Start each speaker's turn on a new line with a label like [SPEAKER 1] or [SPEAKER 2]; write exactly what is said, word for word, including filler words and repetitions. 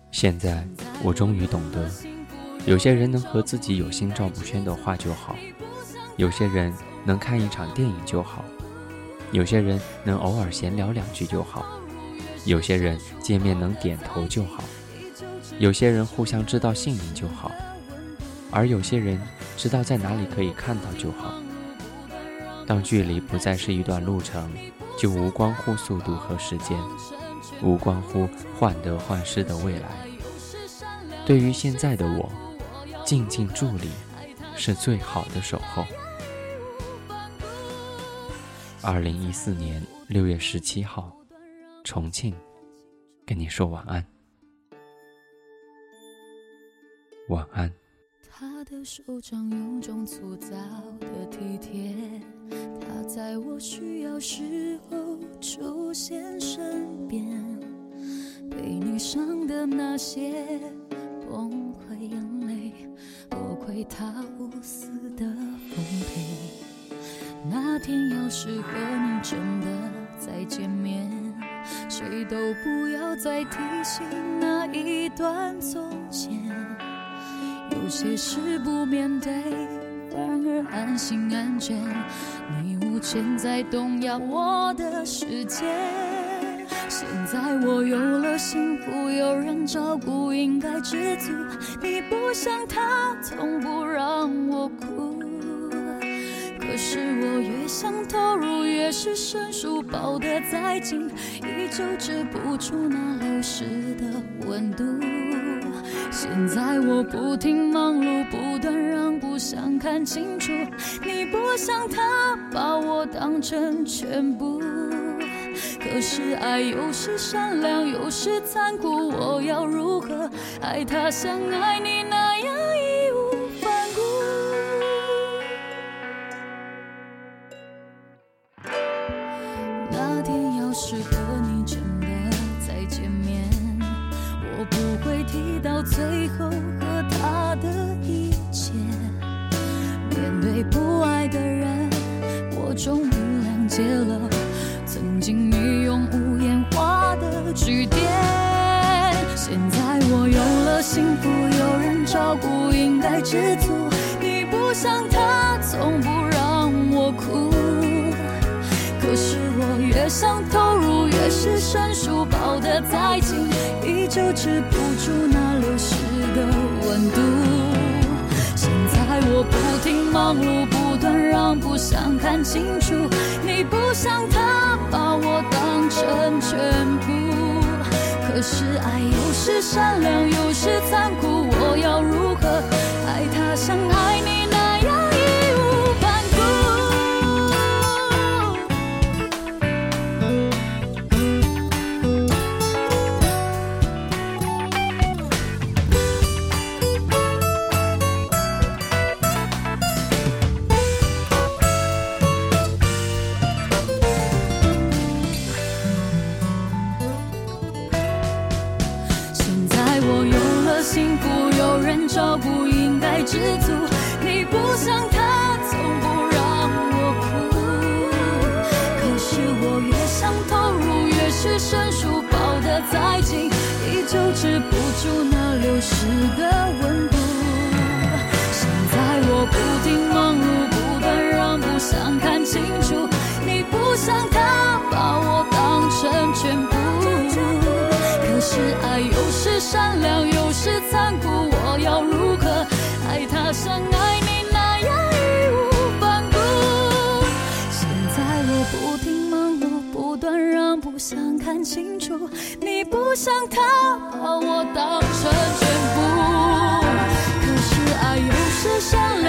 [SPEAKER 1] 现在我终于懂得，有些人能和自己有心照不宣的话就好，有些人能看一场电影就好，有些人能偶尔闲聊两句就好，有些人见面能点头就好，有些人互相知道姓名就好，而有些人知道在哪里可以看到就好。当距离不再是一段路程，就无关乎速度和时间，无关乎患得患失的未来。对于现在的我，静静伫立是最好的守候。二零一四年六月十七号，重庆，跟你说晚安。晚安。
[SPEAKER 2] 他的手掌有种粗糙的体贴，他在我需要时候出现身边，被你伤的那些崩溃眼泪，多亏他无私的奉陪。那天要是和你真的再见面，谁都不要再提醒那一段从前。有些事不面对，反而安心安全，你无权再动摇我的世界。现在我有了幸福，有人照顾，应该知足。你不像他，从不让我哭，可是我越想投入，越是生疏，抱得再紧，依旧止不住那流失的温度。现在我不停忙碌，不断让步，想看清楚，你不像他把我当成全部。可是爱有时善良，有时残酷，我要如何爱他像爱你那样义无反顾？那天要是和你真的再见面，我不会提到最后和他的一切。面对不爱的人，我终于谅解了曾经你用无言画的句点。现在我有了幸福，有人照顾，应该知足。你不像他，从不让我哭，可是我越想投入，越是生疏，抱得再紧，依旧止不住那流失的温度。现在我不停忙碌，不断让步，想看清楚，你不像他把我当成全部。可是爱有时善良，有时残酷，我要如何爱他像爱你那样义无反幸福有人照顾，应该知足。你不像他，从不让我哭，可是我越想投入，越是生疏，抱得再紧，依旧止不住那流失的温度。现在我不停忙碌，不断让步，想看清楚，你不像他把我当成全部。可是爱有时善良，有时残酷，我要如何爱他像爱你那样义无反顾？现在我不停忙碌，不断让步，想看清楚，你不像他把我当成全部。可是爱有时善良，